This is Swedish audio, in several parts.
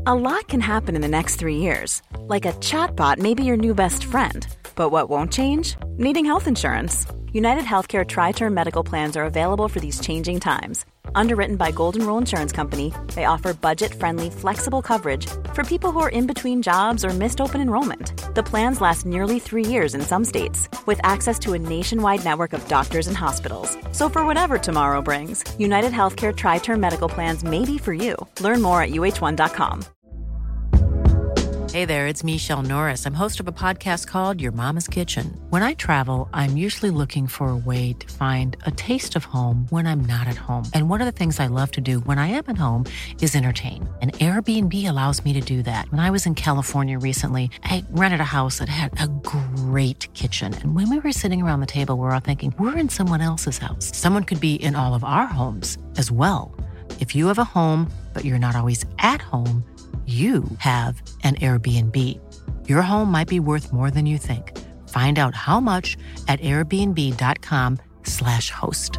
A lot can happen in the next 3 years. Like a chatbot may be your new best friend. But what won't change? Needing health insurance. United Healthcare Tri-Term Medical Plans are available for these changing times. Underwritten by Golden Rule Insurance Company, they offer budget-friendly, flexible coverage for people who are in between jobs or missed open enrollment. The plans last nearly 3 years in some states, with access to a nationwide network of doctors and hospitals. So for whatever tomorrow brings, United Healthcare Tri-Term Medical Plans may be for you. Learn more at uh1.com. Hey there, it's Michelle Norris. I'm host of a podcast called Your Mama's Kitchen. When I travel, I'm usually looking for a way to find a taste of home when I'm not at home. And one of the things I love to do when I am at home is entertain. And Airbnb allows me to do that. When I was in California recently, I rented a house that had a great kitchen. And when we were sitting around the table, we were all thinking, we're in someone else's house. Someone could be in all of our homes as well. If you have a home, but you're not always at home, you have an Airbnb. Your home might be worth more than you think. Find out how much at airbnb.com/host.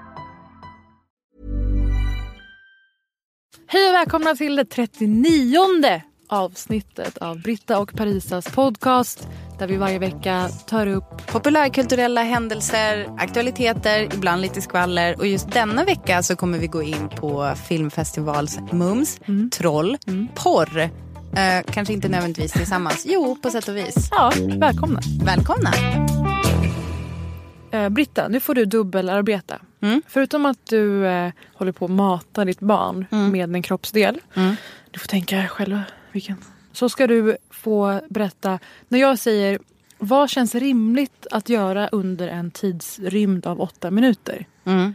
Hej och välkomna till det 39:e avsnittet av Britta och Parisas podcast, där vi varje vecka tar upp populärkulturella händelser, aktualiteter, ibland lite skvaller. Och just denna vecka så kommer vi gå in på filmfestivals mums, troll, porr. Kanske inte nödvändigtvis tillsammans. Jo, på sätt och vis. Ja, välkomna. Välkomna. Britta, nu får du dubbelarbeta. Förutom att du håller på att mata ditt barn med en kroppsdel. Du får tänka själv vilken. Så ska du få berätta, när jag säger vad känns rimligt att göra under en tidsrymd av 8 minuter.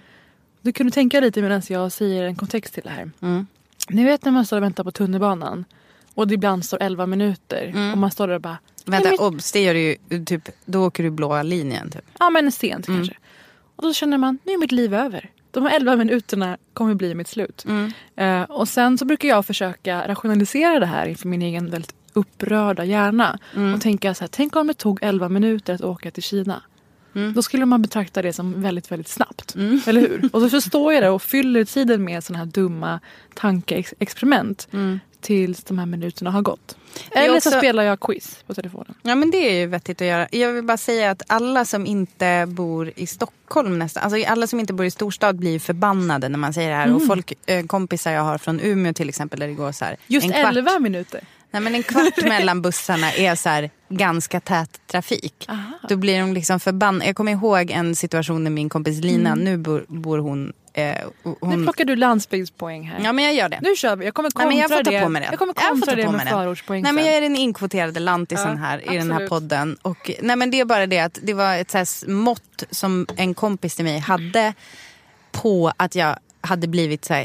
Du kunde tänka lite medan jag säger en kontext till det här. Ni vet när man står och väntar på tunnelbanan och det ibland står 11 minuter och man står där och bara... Vänta, obs, det gör du ju typ, då åker du blåa linjen typ. Ja, men sent kanske. Och då känner man, nu är mitt liv över. De här 11 minuterna kommer bli mitt slut. Och sen så brukar jag försöka rationalisera det här inför min egen väldigt upprörda hjärna. Och tänka så här, tänk om det tog 11 minuter att åka till Kina. Då skulle man betrakta det som väldigt, väldigt snabbt. Eller hur? Och så står jag där och fyller tiden med sådana här dumma tankeexperiment tills de här minuterna har gått. Eller så spelar jag quiz på telefonen. Ja, men det är ju vettigt att göra. Jag vill bara säga att alla som inte bor i Stockholm nästan, alltså alla som inte bor i storstad blir förbannade när man säger det här. Och folk, kompisar jag har från Umeå till exempel, där det går så här. Just 11 minuter. Nej, men en kvart mellan bussarna är så här ganska tät trafik. Aha. Då blir de liksom förbannade. Jag kommer ihåg en situation med min kompis Lina. Nu bor hon... Nu plockar du landsbygdspoäng här. Ja, men jag gör det. Nu kör vi. Jag kommer kontra jag får ta det. På mig det. Jag kommer kontra det med förortspoäng. Nej, men jag är den inkvoterade lantisen här i den här podden. Och, nej, men det är bara det att det var ett så här mått som en kompis till mig hade på att jag hade blivit så här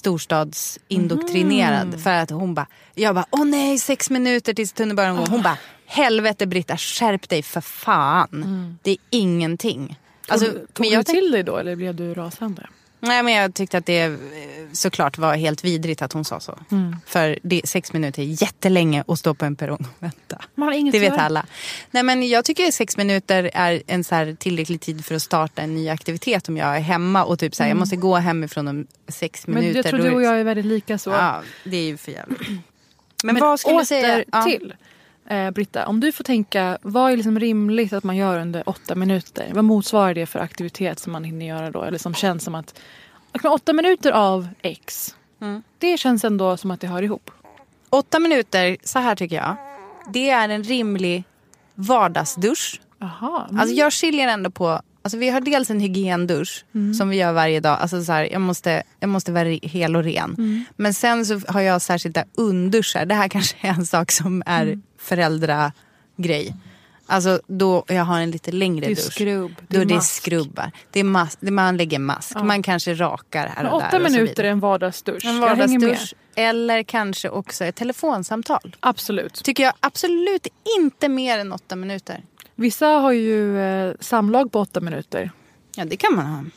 storstadsindoktrinerad. För att hon bara, jag bara, åh nej, 6 minuter tills tunnelbanan. Hon bara, helvete Britta, skärp dig för fan. Det är ingenting. Alltså, tog du till dig då eller blev du rasande? Nej, men jag tyckte att det såklart var helt vidrigt att hon sa så. För 6 minuter är jättelänge att stå på en perrong och vänta. Det vet alla. Nej, men jag tycker 6 minuter är en så här tillräcklig tid för att starta en ny aktivitet om jag är hemma och typ så här, jag måste gå hemifrån om 6 minuter. Men jag tror du och jag är väldigt lika så. Ja, det är ju för jävligt. Men vad skulle du säga? Till Britta, om du får tänka, vad är liksom rimligt att man gör under 8 minuter? Vad motsvarar det för aktivitet som man hinner göra då? Eller som känns som att 8 minuter av X, det känns ändå som att det hör ihop. 8 minuter, så här tycker jag. Det är en rimlig vardagsdusch. Aha. Alltså jag skiljer ändå på... Alltså vi har dels en hygiendusch som vi gör varje dag. Alltså så här, jag måste vara hel och ren. Men sen så har jag särskilda undduschar. Det här kanske är en sak som är föräldragrej. Alltså då jag har en lite längre dusch. Skrubb. Det är skrubbar. Det är man lägger mask. Man kanske rakar här och där. 8 minuter är en vardagsdusch. En vardagsdusch. Eller kanske också ett telefonsamtal. Absolut. Tycker jag absolut inte mer än 8 minuter. Vissa har ju samlag på 8 minuter. Ja, det kan man ha.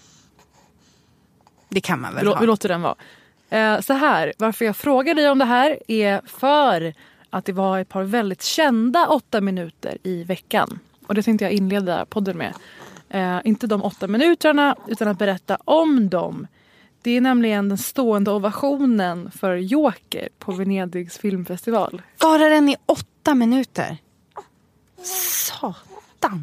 Det kan man väl ha. Vi låter den vara. Så här, varför jag frågar dig om det här är för att det var ett par väldigt kända 8 minuter i veckan. Och det tänkte jag inleda podden med. Inte de 8 minuterna utan att berätta om dem. Det är nämligen den stående ovationen för Joker på Venedigs filmfestival. Bara den i 8 minuter. Satan.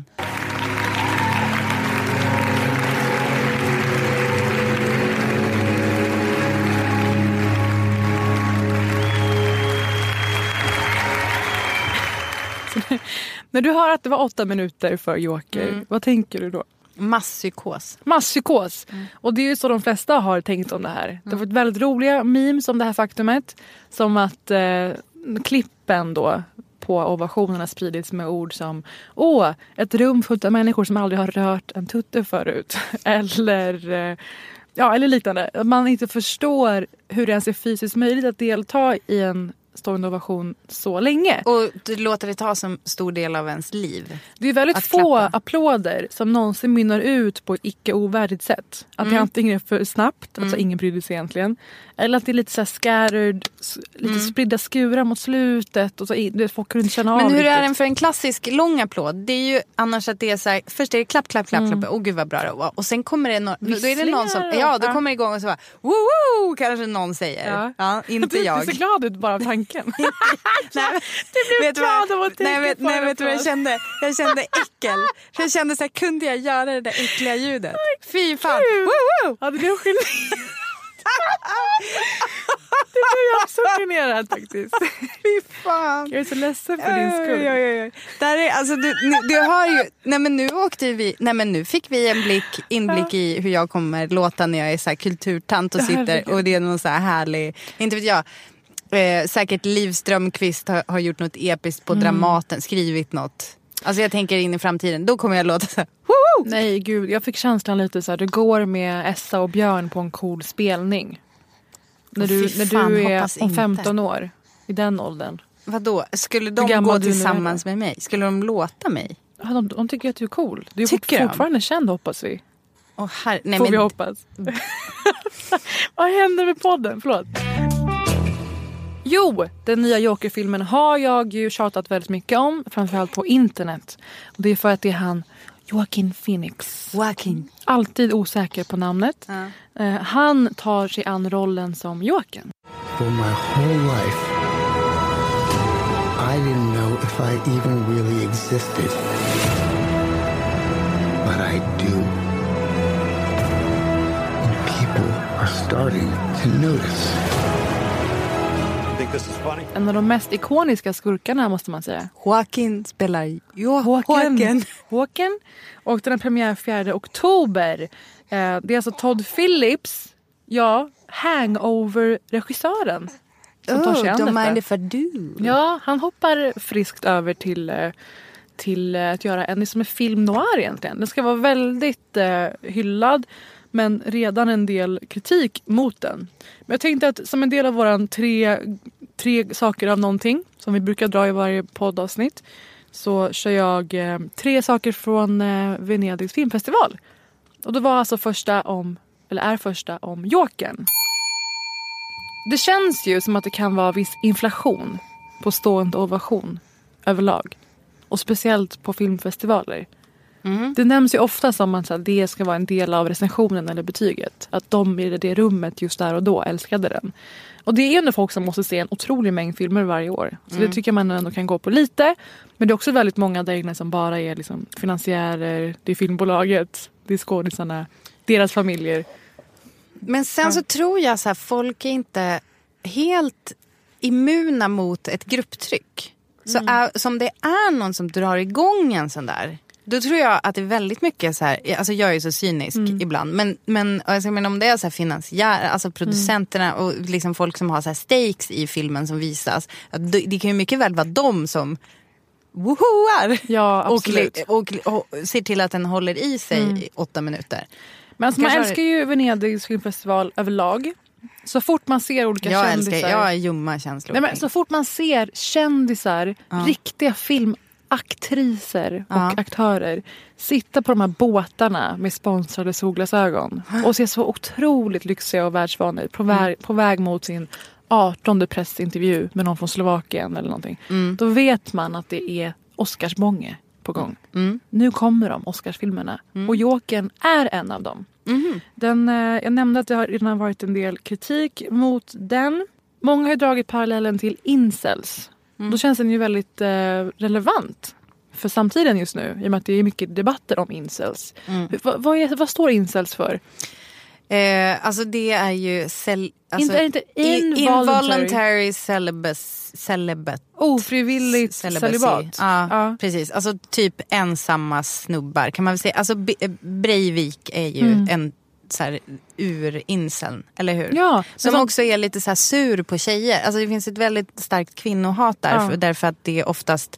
När du hör att det var 8 minuter för Joker, vad tänker du då? Masspsykos. Och det är ju så de flesta har tänkt om det här. Det har varit väldigt roliga memes om det här faktumet. Som att klippen då på ovationerna spridits med ord som ett rum fullt av människor som aldrig har rört en tutte förut. Eller liknande. Man inte förstår hur det ens är fysiskt möjligt att delta i en stående ovation så länge. Och du låter det ta som stor del av ens liv. Det är väldigt få applåder som någonsin mynnar ut på ett icke-ovärdigt sätt. Att det antingen är för snabbt, alltså ingen brydde sig egentligen. Eller att det är lite så här scattered, lite spridda skurar mot slutet. Och så folk kunde inte känna av. Men hur riktigt. är den för en klassisk lång applåd? Det är ju annars att det är så här, först är det klapp. Åh gud vad bra det var. Och sen kommer det då är det någon som, då kommer det igång och så bara, woo, kanske någon säger. Ja, inte jag. Du är så glad ut bara av tanken. Nej, du blev glad av att tänka på det. Vet du vad jag kände? Jag kände äckel. Jag kände så här, kunde jag göra det där äckliga ljudet? Fy fan. Woo! Ja, det blev generad. Det blev jag också generad faktiskt. Fy fan. Jag är så ledsen för din skull. Där är, alltså, du har ju... Nej men nu åkte vi... Nej men nu fick vi en inblick i hur jag kommer låta när jag är så här kulturtant och sitter. Och det är någon så här härlig... Inte vet jag... säkert Liv Strömquist har gjort något episkt på Dramaten, skrivit något. Alltså jag tänker in i framtiden, då kommer jag låta så här, woho! Nej gud, jag fick känslan lite så här, du går med Essa och Björn på en cool spelning. När du är om 15 år, i den åldern. Vadå? Skulle de gå tillsammans med mig? Skulle de låta mig? Ja, de tycker att du är cool. Du är fortfarande känd, hoppas vi. Får vi hoppas. Vad händer med podden? Förlåt. Jo, den nya Joker-filmen har jag ju tjatat väldigt mycket om. Framförallt på internet. Och det är för att det är han Joaquin Phoenix. Alltid osäker på namnet. Han tar sig an rollen som Jokern. For my whole life I didn't know if I even really existed. But I do. And people are starting to notice. En av de mest ikoniska skurkarna måste man säga. Joaquin spelar Joaquin. Och den är premiär 4 oktober. Det är alltså Todd Phillips, Hangover-regissören som tar sig an detta. Ja, han hoppar friskt över till att göra en som är film noir egentligen. Den ska vara väldigt hyllad. Men redan en del kritik mot den. Men jag tänkte att som en del av våran tre saker av någonting som vi brukar dra i varje poddavsnitt, så kör jag 3 saker från Venedigs filmfestival. Och det var alltså första om Jokern. Det känns ju som att det kan vara viss inflation på stående ovation överlag. Och speciellt på filmfestivaler. Det nämns ju ofta som att det ska vara en del av recensionen eller betyget. Att de i det rummet just där och då älskade den. Och det är ändå folk som måste se en otrolig mängd filmer varje år. Så det tycker man ändå kan gå på lite. Men det är också väldigt många där inne som bara är liksom finansiärer. Det är filmbolaget, det är skådisarna, deras familjer. Men sen så tror jag så här, folk är inte helt immuna mot ett grupptryck. Så som det är någon som drar igång en sån där, då tror jag att det är väldigt mycket så här, alltså jag är ju så cynisk ibland, men alltså, om det är så här finansiärer, alltså producenterna och liksom folk som har så här stakes i filmen som visas, det kan ju mycket väl vara de som wohoar, och ser till att den håller i sig i 8 minuter. Men alltså, man älskar ju Venedigs filmfestival överlag. Så fort man ser olika kändisar. Jag är ljumma känslor. Nej, men så fort man ser kändisar, riktiga filmaktriser och aktörer sitta på de här båtarna med sponsrade solglasögon och se så otroligt lyxiga och världsvana ut på väg mot sin 18:e pressintervju med någon från Slovakien eller någonting. Då vet man att det är Oscarsbånge på gång. Nu kommer de, Oscarsfilmerna. Och Jokern är en av dem. Jag nämnde att det har redan varit en del kritik mot den. Många har dragit parallellen till incels. Då känns den ju väldigt relevant för samtiden just nu. I och med att det är mycket debatter om incels. Vad står incels för? Alltså det är ju inte involuntary celibate. Ofrivilligt celibat. Ja, precis. Alltså typ ensamma snubbar kan man väl säga. Alltså Breivik är ju en så här urinseln, eller hur? Ja, som också är lite så här sur på tjejer. Alltså det finns ett väldigt starkt kvinnohat där, därför att det oftast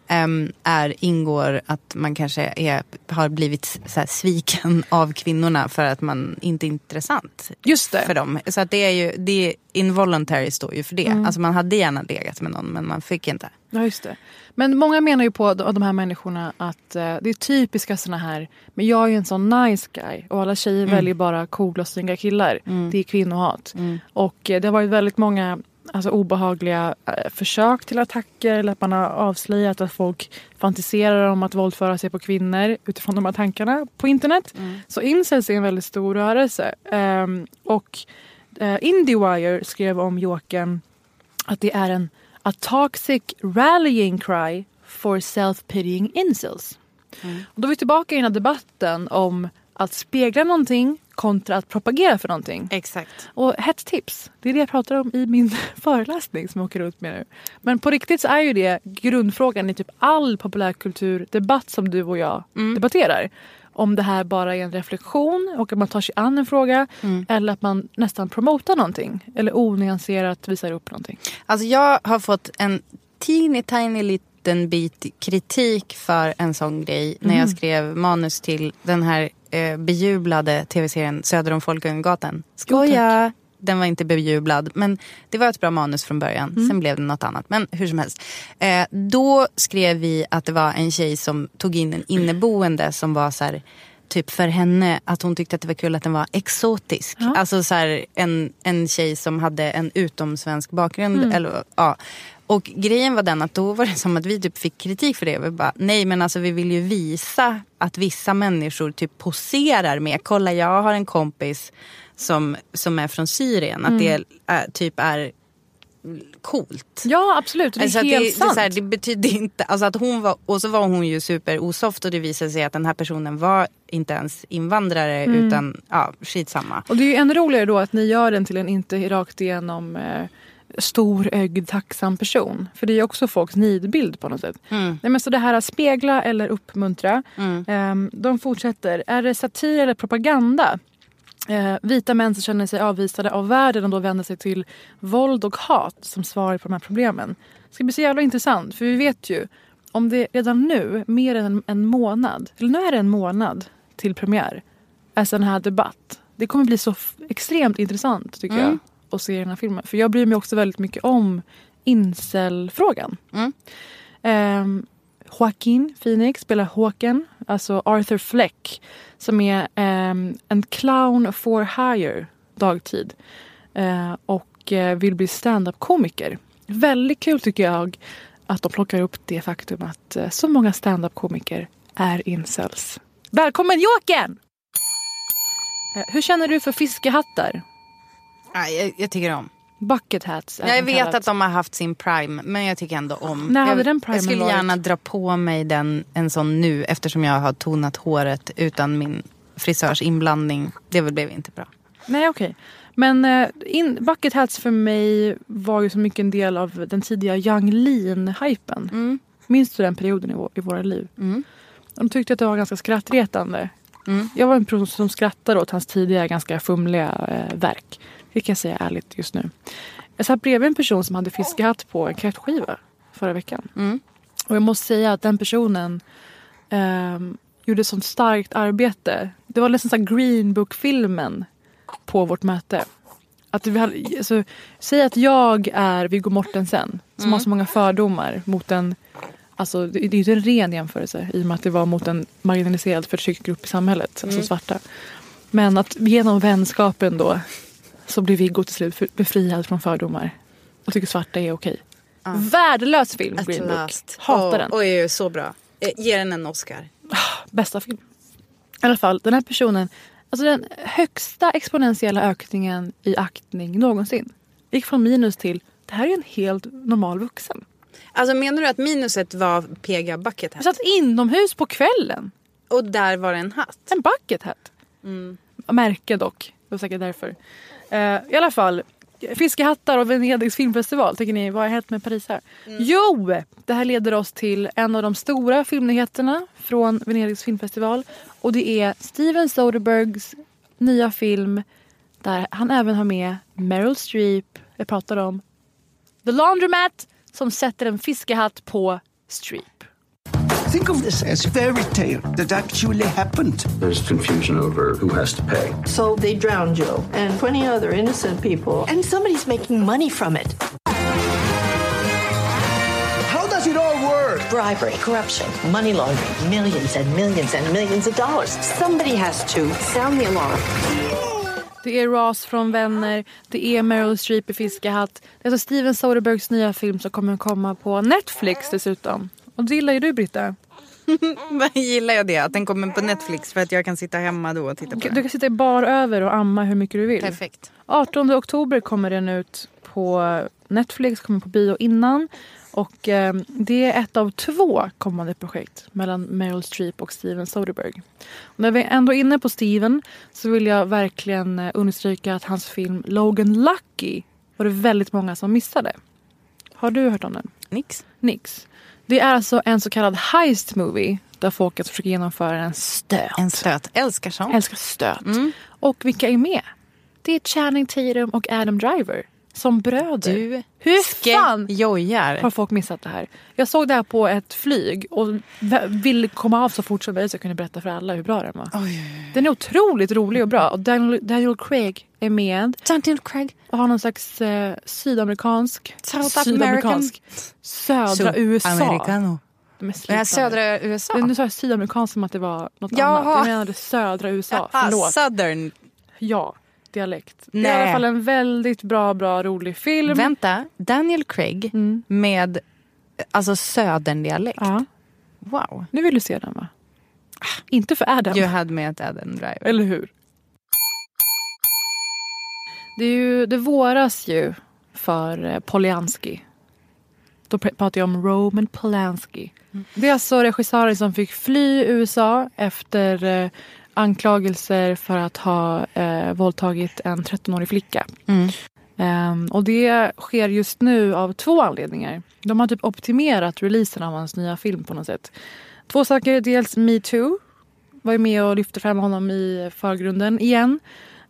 ingår att man kanske har blivit så här sviken av kvinnorna för att man inte är intressant. Just det. För dem. Så att det är involuntary står ju för det. Alltså man hade gärna legat med någon men man fick inte. Ja, just det. Men många menar ju på de här människorna att det är typiska såna här, men jag är ju en sån nice guy och alla tjejer väljer bara coola och snygga killar. Det är kvinnohat. Och det har varit väldigt många obehagliga försök till attacker eller att man har avslöjat att folk fantiserar om att våldföra sig på kvinnor utifrån de här tankarna på internet. Så incels är en väldigt stor rörelse. Och IndieWire skrev om Jokern att det är a toxic rallying cry for self-pitying incels. Och då är vi tillbaka i den här debatten om att spegla någonting kontra att propagera för någonting. Exakt. Och hett tips, det är det jag pratar om i min föreläsning som jag åker ut med nu. Men på riktigt så är ju det grundfrågan i typ all populärkulturdebatt som du och jag debatterar. Om det här bara är en reflektion och att man tar sig an en fråga eller att man nästan promotar någonting eller onyanserat visar upp någonting. Alltså jag har fått en tiny liten bit kritik för en sån grej när jag skrev manus till den här bejublade tv-serien Söder om Folkungagatan. Skoja! Den var inte bejublad, men det var ett bra manus från början. Sen blev det något annat, men hur som helst. Då skrev vi att det var en tjej som tog in en inneboende som var så här, typ för henne, att hon tyckte att det var kul att den var exotisk. Ja. Alltså så här, en tjej som hade en utomsvensk bakgrund. Eller, ja. Och grejen var den att då var det som att vi typ fick kritik för det. Vi bara, nej men alltså vi vill ju visa att vissa människor typ poserar med. Kolla, jag har en kompis som är från Syrien. Att det typ är coolt. Ja, absolut. Det är alltså helt sant. Det, det betyder inte, alltså att hon var, och så var hon ju super osoft och det visade sig att den här personen var inte ens invandrare utan skitsamma. Och det är ju ännu roligare då att ni gör den till en inte rakt igenom storögd, tacksam person. För det är också folks nidbild på något sätt. Nej, men så det här att spegla eller uppmuntra. De fortsätter. Är det satir eller propaganda? Vita män som känner sig avvisade av världen och då vänder sig till våld och hat som svar på de här problemen. Det ska bli så jävla intressant. För vi vet ju om det redan nu, mer än en månad, eller nu är det en månad till premiär, är sån här debatt. Det kommer bli så extremt intressant tycker jag att se den här filmen. För jag bryr mig också väldigt mycket om incel-frågan. Joaquin Phoenix spelar Håkan, alltså Arthur Fleck, som är en clown for hire dagtid och vill bli stand-up-komiker. Väldigt kul tycker jag att de plockar upp det faktum att så många stand-up-komiker är incels. Välkommen Joakim! Hur känner du för fiskehattar? Jag tycker om. Bucket hats. Jag vet att de har haft sin prime, men jag tycker ändå om. När hade den primen jag skulle varit? gärna dra på mig en sån nu eftersom jag har tonat håret utan min frisörs inblandning. Det blev inte bra. Nej, okej. Men bucket hats för mig var ju så mycket en del av den tidiga Yung Lean-hypen. Minns du den perioden i våra liv? De tyckte att det var ganska skrattretande. Jag var en person som skrattade åt hans tidiga ganska fumliga verk. Det kan jag säga ärligt just nu. Jag satt bredvid en person som hade fiskehatt på en kräftskiva förra veckan. Och jag måste säga att den personen gjorde sånt starkt arbete. Det var nästan så här Green Book-filmen på vårt möte. Att vi hade, alltså, säg att jag är Viggo Mortensen som har så många fördomar mot en. Alltså, det är ju en ren jämförelse i och med att det var mot en marginaliserad förtryckt grupp i samhället, alltså svarta. Men att genom vänskapen då så blir Viggo till slut befriad från fördomar. Och tycker svarta är okej. Värdelös film, Green Book. Hatar den. Oj, så bra. Ge den en Oscar. Bästa film. I alla fall, den här personen Alltså den högsta exponentiella ökningen i aktning någonsin. Gick från minus till, det här är en helt normal vuxen. Alltså menar du att minuset var Pega bucket hat? Jag satt inomhus på kvällen. Och där var det en hatt? En bucket hat. Märke dock. Det var säkert därför. I alla fall, fiskehattar och Venedigs filmfestival. Tycker ni, vad har hänt med Paris här? Jo, det här leder oss till en av de stora filmnyheterna från Venedigs filmfestival. Och det är Steven Soderberghs nya film där han även har med Meryl Streep. Jag pratar om The Laundromat som sätter en fiskehatt på Streep. Think of this as fairy tale that actually happened. There's confusion over who has to pay. So they drowned Joe and 20 other innocent people. And somebody's making money from it. How does it all work? Bribery, corruption, money laundering, millions and millions of dollars. Somebody has to sound the alarm. Det är Ross från Vänner. Det är Meryl Streep i fiskehatt. Det är alltså Steven Soderberghs nya film som kommer komma på Netflix dessutom. Och det gillar ju du, Britta. Gillar jag det? Att den kommer på Netflix för att jag kan sitta hemma då och titta på den. Du kan sitta bar över och amma hur mycket du vill. Perfekt. 18 oktober kommer den ut på Netflix, kommer på bio innan. Och det är ett av 2 kommande projekt mellan Meryl Streep och Steven Soderbergh. Och när vi ändå är inne på Steven så vill jag verkligen understryka att hans film Logan Lucky var det väldigt många som missade. Har du hört om den? Nix. Det är alltså en så kallad heist movie där folket försöker genomföra en stöt. Älskar sånt. Älskar stöt. Och vilka är med? Det är Channing Tatum och Adam Driver som bröder. Du Hur fan jojar har folk missat det här? Jag såg det här på ett flyg och ville komma av så fort som möjligt så jag kunde berätta för alla hur bra den var. Den är otroligt rolig och bra. Och Daniel Craig är med. Daniel Craig. Och har någon slags sydamerikansk södra USA. Americano. Södra USA. Nu sa jag sydamerikansk som att det var något annat. Jag menade södra USA. Förlåt. Southern. Ja, dialekt. Nej. Det är i alla fall en väldigt bra, rolig film. Vänta, Daniel Craig med alltså södern-dialekt. Ja. Wow. Nu vill du se den, va? Inte för Adam. Jag hade med ett Adam Driver. Eller hur? Det våras ju för Polanski. Då pratar jag om Roman Polanski. Det är alltså regissören som fick fly USA efter anklagelser för att ha våldtagit en 13-årig flicka. Och det sker just nu av 2 anledningar. De har typ optimerat releasen av hans nya film på något sätt. 2 saker, dels Me Too var ju med och lyfte fram honom i förgrunden igen.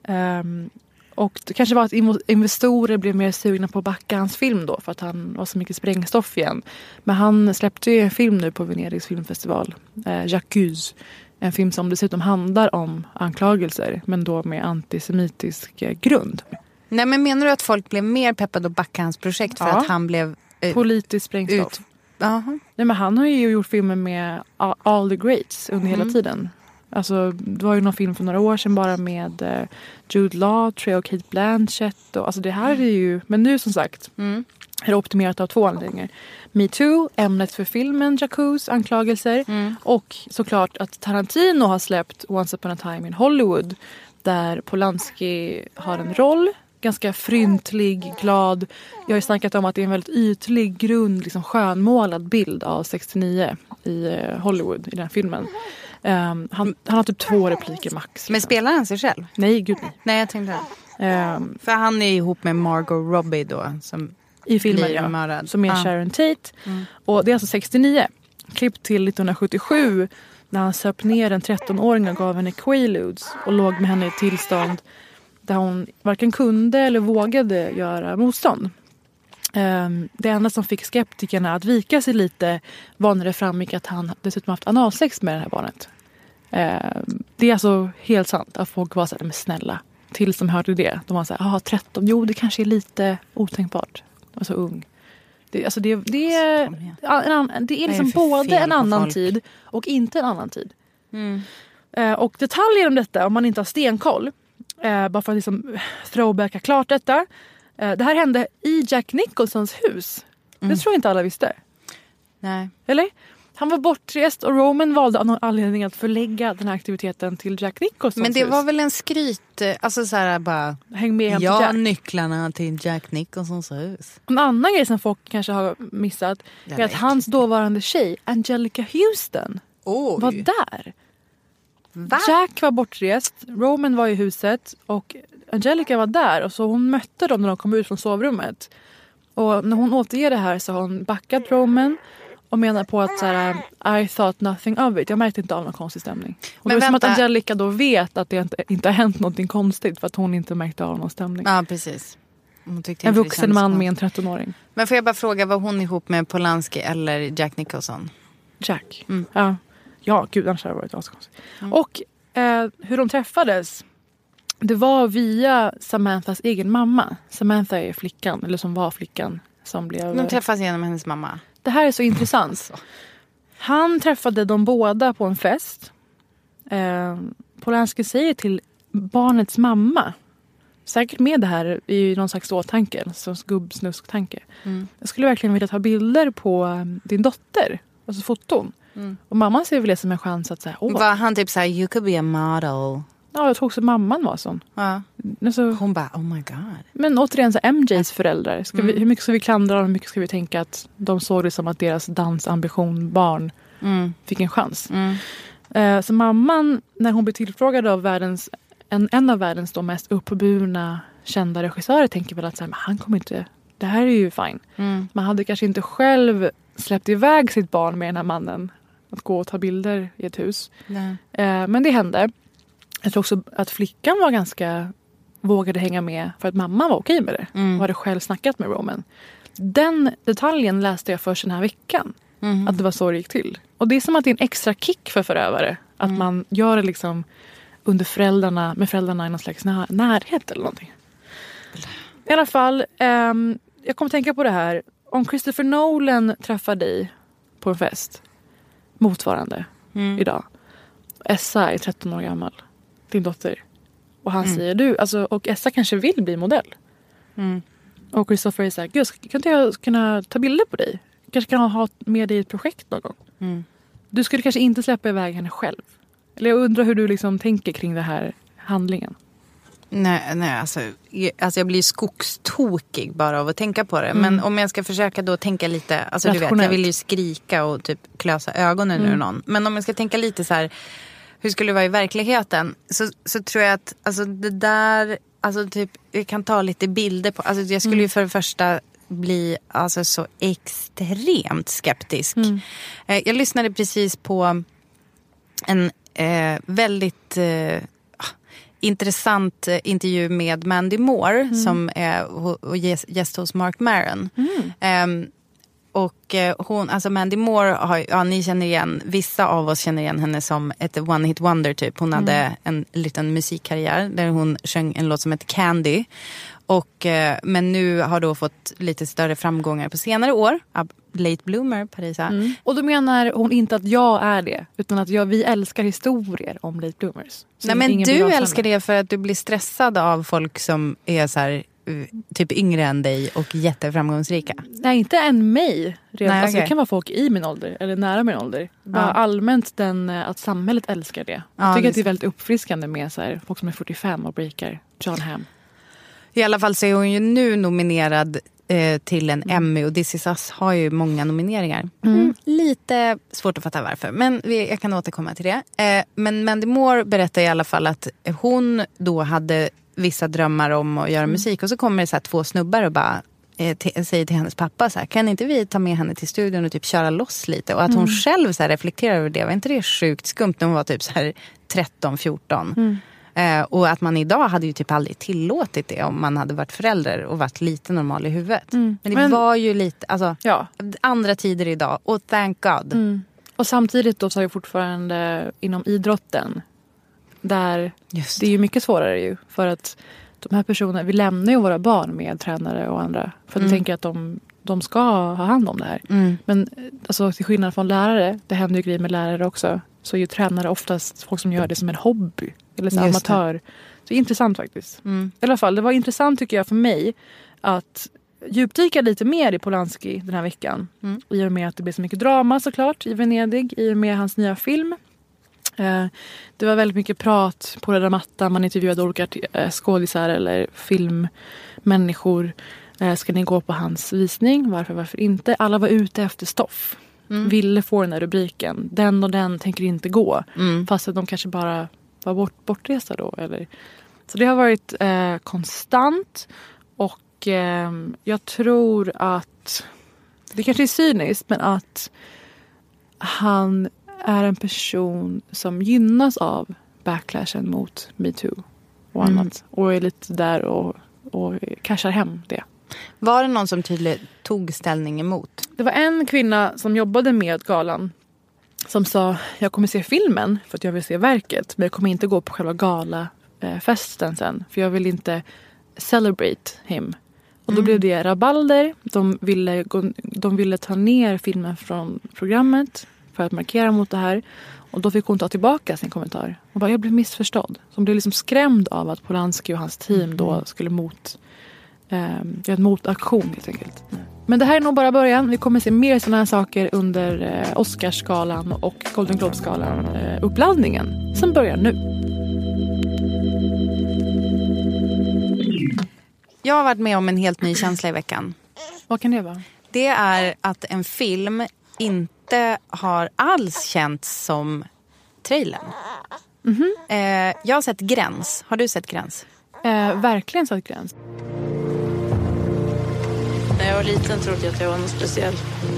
Och det kanske var att investorer blev mer sugna på att backa hans film då för att han var så mycket sprängstoff igen. Men han släppte ju en film nu på Venedigs filmfestival, J'accuse. En film som dessutom handlar om anklagelser men då med antisemitisk grund. Nej, men menar du att folk blev mer peppade att backa hans projekt för att han blev politiskt sprängstoff? Nej, men han har ju gjort filmer med all the greats under hela tiden. Alltså, det var ju någon film för några år sedan bara med Jude Law, och Kate Blanchett. Och, alltså det här är ju, men nu som sagt är det optimerat av 2 anledningar. Me Too, ämnet för filmen J'accuse, anklagelser. Och såklart att Tarantino har släppt Once upon a time in Hollywood. Där Polanski har en roll. Ganska fryntlig, glad. Jag har ju snackat om att det är en väldigt ytlig grund, liksom skönmålad bild av 69 i Hollywood i den filmen. Han har typ 2 repliker max. Liksom. Men spelar han sig själv? Nej, gud nej. Nej, jag tänkte det. För han är ihop med Margot Robbie då. Som i filmen, mördad. Som är Sharon Tate. Och det är alltså 69. Klipp till 1977 när han söp ner en 13-åring och gav henne quaaludes och låg med henne i tillstånd där hon varken kunde eller vågade göra motstånd. Det enda som fick skeptikerna att vika sig lite var när det framgick att han dessutom haft analsex med det här barnet. Det är alltså helt sant att folk var så här, men snälla, tills de hörde det. De var så här, 13, jo det kanske är lite otänkbart. Och så ung. Det är liksom både en annan tid och inte en annan tid. Och detaljer om detta, om man inte har stenkoll, bara för att liksom throwbacka klart detta. Det här hände i Jack Nicholsons hus. Det tror jag inte alla visste. Nej. Eller? Han var bortrest och Roman valde av någon anledning att förlägga den här aktiviteten till Jack Nicholsons Men det hus. var väl en skryt, alltså så här bara... Häng med hem till Ja, Jack. Nycklarna till Jack Nicholsons hus. En annan grej som folk kanske har missat är att hans dåvarande tjej, Angelica Houston, var där. Va? Jack var bortrest, Roman var i huset och Angelica var där. Och så hon mötte dem när de kom ut från sovrummet. Och när hon återger det här så har hon backat Roman och menar på att så här, I thought nothing of it. Jag märkte inte av någon konstig stämning. Och Men det är som att vänta. Angelica då vet att det inte har hänt någonting konstigt för att hon inte märkte av någon stämning. Ja, precis. Hon tyckte En inte det vuxen kändes man bra. med en 13-åring. Men får jag bara fråga, var hon ihop med Polanski eller Jack Nicholson? Jack. Mm. Ja, gud, annars hade det varit askonstigt. Och hur de träffades, det var via Samanthas egen mamma. Samantha är flickan, eller som var flickan som blev... De träffas genom hennes mamma. Det här är så intressant. Han träffade dem båda på en fest. Polanski säger till barnets mamma, säkert med det här i någon slags åtanke, som gubbsnusktanke. Jag skulle verkligen vilja ta bilder på din dotter, alltså foton. Och mamman ser väl det som en chans att säga, Var han typ såhär, you could be a model? Ja, jag tror också mamman var sån. Ja. Alltså, Hon bara, oh my god. men återigen så MJs föräldrar. Hur mycket ska vi klandra dem? Hur mycket ska vi tänka att de såg det som att deras dansambition barn fick en chans? Så mamman, när hon blir tillfrågad av en av världens då mest uppburna kända regissörer, tänker väl att så här, men han kommer inte, det här är ju fine. Man hade kanske inte själv släppt iväg sitt barn med den här mannen att gå och ta bilder i ett hus. Men det hände. Jag tror också att flickan var vågade hänga med för att mamma var okej med det. Och hade själv snackat med Roman. Den detaljen läste jag först den här veckan. Att det var så det gick till. Och det är som att det är en extra kick för förövare. Att man gör det liksom med föräldrarna i någon slags närhet eller någonting. I alla fall, jag kommer tänka på det här. Om Christopher Nolan träffar dig på en fest, motsvarande idag. Essa är 13 år gammal, din dotter. Och han säger, du, alltså, och Essa kanske vill bli modell. Och Christopher är så här, gud, kan inte jag kunna ta bilder på dig? Kanske kan ha med dig i ett projekt någon gång. Du skulle kanske inte släppa iväg henne själv. Eller jag undrar hur du liksom tänker kring det här handlingen. Nej, alltså jag blir skogstokig bara av att tänka på det. Men om jag ska försöka då tänka lite, alltså du vet, jag vill ju skrika och typ klösa ögonen ur någon. Men om jag ska tänka lite så här, hur skulle det vara i verkligheten? Så tror jag att alltså det där, alltså typ, jag kan ta lite bilder på, alltså jag skulle ju för det första bli alltså så extremt skeptisk. Jag lyssnade precis på en väldigt intressant intervju med Mandy Moore som är gäst hos Mark Maron. Och hon, alltså Mandy Moore har, ni känner igen, vissa av oss känner igen henne som ett one hit wonder typ. Hon hade en liten musikkarriär där hon sjöng en låt som heter Candy. Och, men nu har då fått lite större framgångar på senare år. Late bloomer, Parisa. Och då menar hon inte att jag är det, utan att vi älskar historier om late bloomers. Nej, men du älskar det för att du blir stressad av folk som är så här, typ yngre än dig och jätteframgångsrika. Nej, inte än mig. Nej, alltså, okay. Det kan vara folk i min ålder eller nära min ålder. Bara allmänt att samhället älskar det. Jag tycker att det är väldigt uppfriskande med så här, folk som är 45 och breakar John Hamm. I alla fall så är hon ju nu nominerad till en Emmy, och This Is Us har ju många nomineringar. Lite svårt att fatta varför, men jag kan återkomma till det. Men Mandy Moore berättar i alla fall att hon då hade vissa drömmar om att göra musik, och så kommer det så här 2 snubbar och bara säger till hennes pappa så här, kan inte vi ta med henne till studion och typ köra loss lite? Och att hon själv så här reflekterar över det. Var inte det sjukt skumt när hon var typ så här 13-14? Och att man idag hade ju typ aldrig tillåtit det om man hade varit förälder och varit lite normal i huvudet. Men det var ju lite, alltså andra tider idag, och thank God. Och samtidigt då så är ju fortfarande inom idrotten där det är ju mycket svårare ju, för att de här personerna, vi lämnar ju våra barn med tränare och andra för att vi tänker att de ska ha hand om det här. Men alltså, till skillnad från lärare, det händer ju grejer med lärare också, så är ju tränare oftast folk som gör det som en hobby eller så amatör. Så det är intressant faktiskt. I alla fall, det var intressant tycker jag för mig att djupdyka lite mer i Polanski den här veckan. I och med att det blir så mycket drama såklart i Venedig. I och med hans nya film. Det var väldigt mycket prat på Röda mattan. Man intervjuade olika skådisar eller filmmänniskor. Ska ni gå på hans visning? Varför inte? Alla var ute efter stoff. Ville få den här rubriken. Den och den tänker inte gå. Fast att de kanske bara var bortresta då. Eller. Så det har varit konstant. Och jag tror att det kanske är cyniskt, men att han är en person som gynnas av backlashen mot MeToo och annat. Och är lite där och cashar hem det. Var det någon som tydligt tog ställning emot? Det var en kvinna som jobbade med galan som sa, jag kommer se filmen för att jag vill se verket, men jag kommer inte gå på själva galafesten sen, för jag vill inte celebrate him. Och då blev det rabalder. De ville ta ner filmen från programmet för att markera mot det här. Och då fick hon ta tillbaka sin kommentar. Hon bara, jag blev missförstådd. Hon blev liksom skrämd av att Polanski och hans team då skulle göra en motaktion helt enkelt. Men det här är nog bara början. Vi kommer se mer sådana här saker under Oscarsgalan och Golden Globe-skalan. Uppladdningen som börjar nu. Jag har varit med om en helt ny känsla i veckan. Vad kan det vara? Det är att en film inte har alls känts som trailern. Jag har sett Gräns. Har du sett Gräns? Verkligen sett Gräns. När jag var liten trodde jag att jag var något speciell.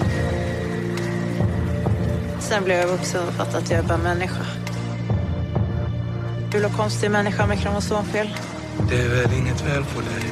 Sen blev jag vuxen och fattade att jag är bara människa. Du är en konstig människa med kromosomfel. Det är väl inget fel på dig.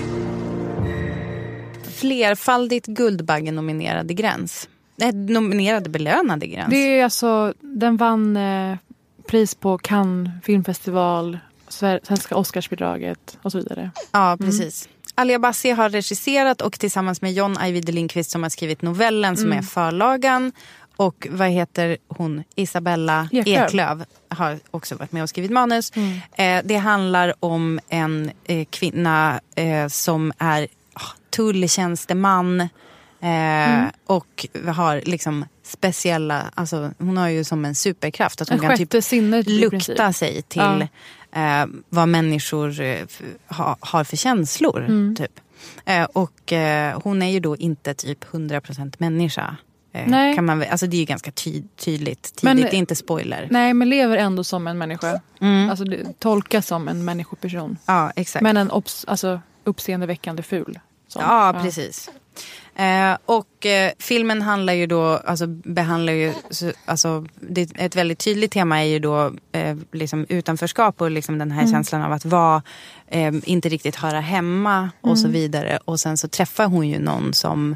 Flerfaldigt Guldbaggen-nominerade Gräns. Belönade Gräns. Det är alltså, den vann pris på Cannes filmfestival, Svenska Oscarsbidraget och så vidare. Ja, precis. Alia Bassi har regisserat och tillsammans med John Ajvide Lindqvist som har skrivit novellen som är förlagan. Och vad heter hon? Isabella Eklöf har också varit med och skrivit manus. Det handlar om en kvinna som är tulltjänsteman och har liksom speciella, alltså hon har ju som en superkraft att hon kan typ lukta sig till vad människor har för känslor typ. Och hon är ju då inte typ 100% människa. Kan man, alltså det är ju ganska tydligt. Men, det är inte spoiler. Nej, men lever ändå som en människa. Alltså tolkas som en människoperson. Ja, exakt. Men en uppseendeväckande ful. Ja, precis. Och filmen handlar ju då, alltså behandlar ju, alltså det, ett väldigt tydligt tema är ju då liksom utanförskap och liksom den här känslan av att vara inte riktigt höra hemma och så vidare. Och sen så träffar hon ju någon som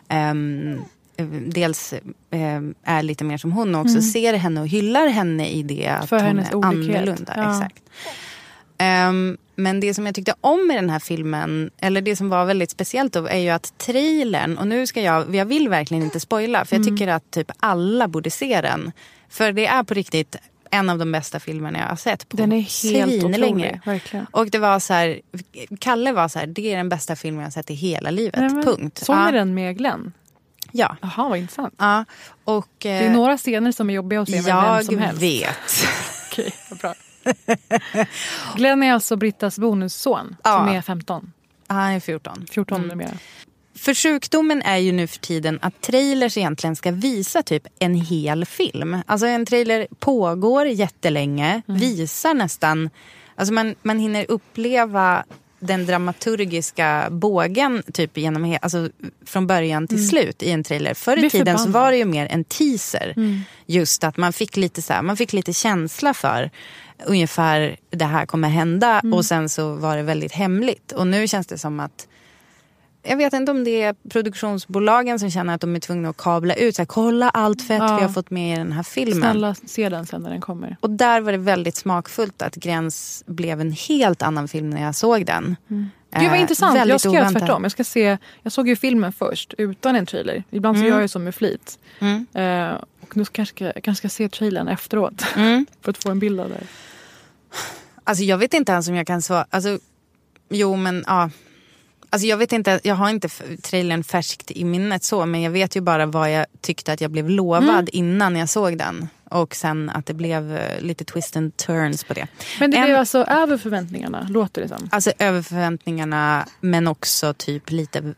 dels är lite mer som hon och också ser henne och hyllar henne i det att för hon hennes är olikhet. Annorlunda. Exakt. Men det som jag tyckte om i den här filmen, eller det som var väldigt speciellt då, är ju att trailern, och nu ska jag vill verkligen inte spoila, för jag tycker att typ alla borde se den. För det är på riktigt en av de bästa filmerna jag har sett på. Den är helt otrolig, verkligen. Och det var så här, Kalle var så här, det är den bästa filmen jag har sett i hela livet, punkt. Såg ni den med Glenn? Ja. Jaha, vad intressant. Ja. Och, det är några scener som är jobbiga att se med vem som helst. Jag vet. Okej, vad bra. Glenn är alltså Brittas bonusson som är 15. Han är 14. 14 numera. För sjukdomen är ju nu för tiden att trailers egentligen ska visa typ en hel film. Alltså en trailer pågår jättelänge, visar nästan, alltså man hinner uppleva den dramaturgiska bågen typ genom alltså från början till slut i en trailer. Förr i tiden så var det ju mer en teaser. Just att man fick lite känsla för ungefär det här kommer hända och sen så var det väldigt hemligt. Och nu känns det som att jag vet inte om det är produktionsbolagen som känner att de är tvungna att kabla ut. Så här, kolla allt fett vi har fått med i den här filmen. Snälla, se den sen när den kommer. Och där var det väldigt smakfullt att Gräns blev en helt annan film när jag såg den. Gud vad intressant, jag ska göra tvärtom. Jag såg ju filmen först utan en trailer. Ibland så gör jag så med flit. Och nu kanske ska se trailern efteråt. För att få en bild av det. Alltså jag vet inte ens om jag kan svara. Alltså, jo men ja. Alltså jag vet inte, jag har inte trailern färskt i minnet så, men jag vet ju bara vad jag tyckte att jag blev lovad innan jag såg den. Och sen att det blev lite twist and turns på det. Men det blev alltså över förväntningarna, låter det som? Alltså över förväntningarna, men också typ lite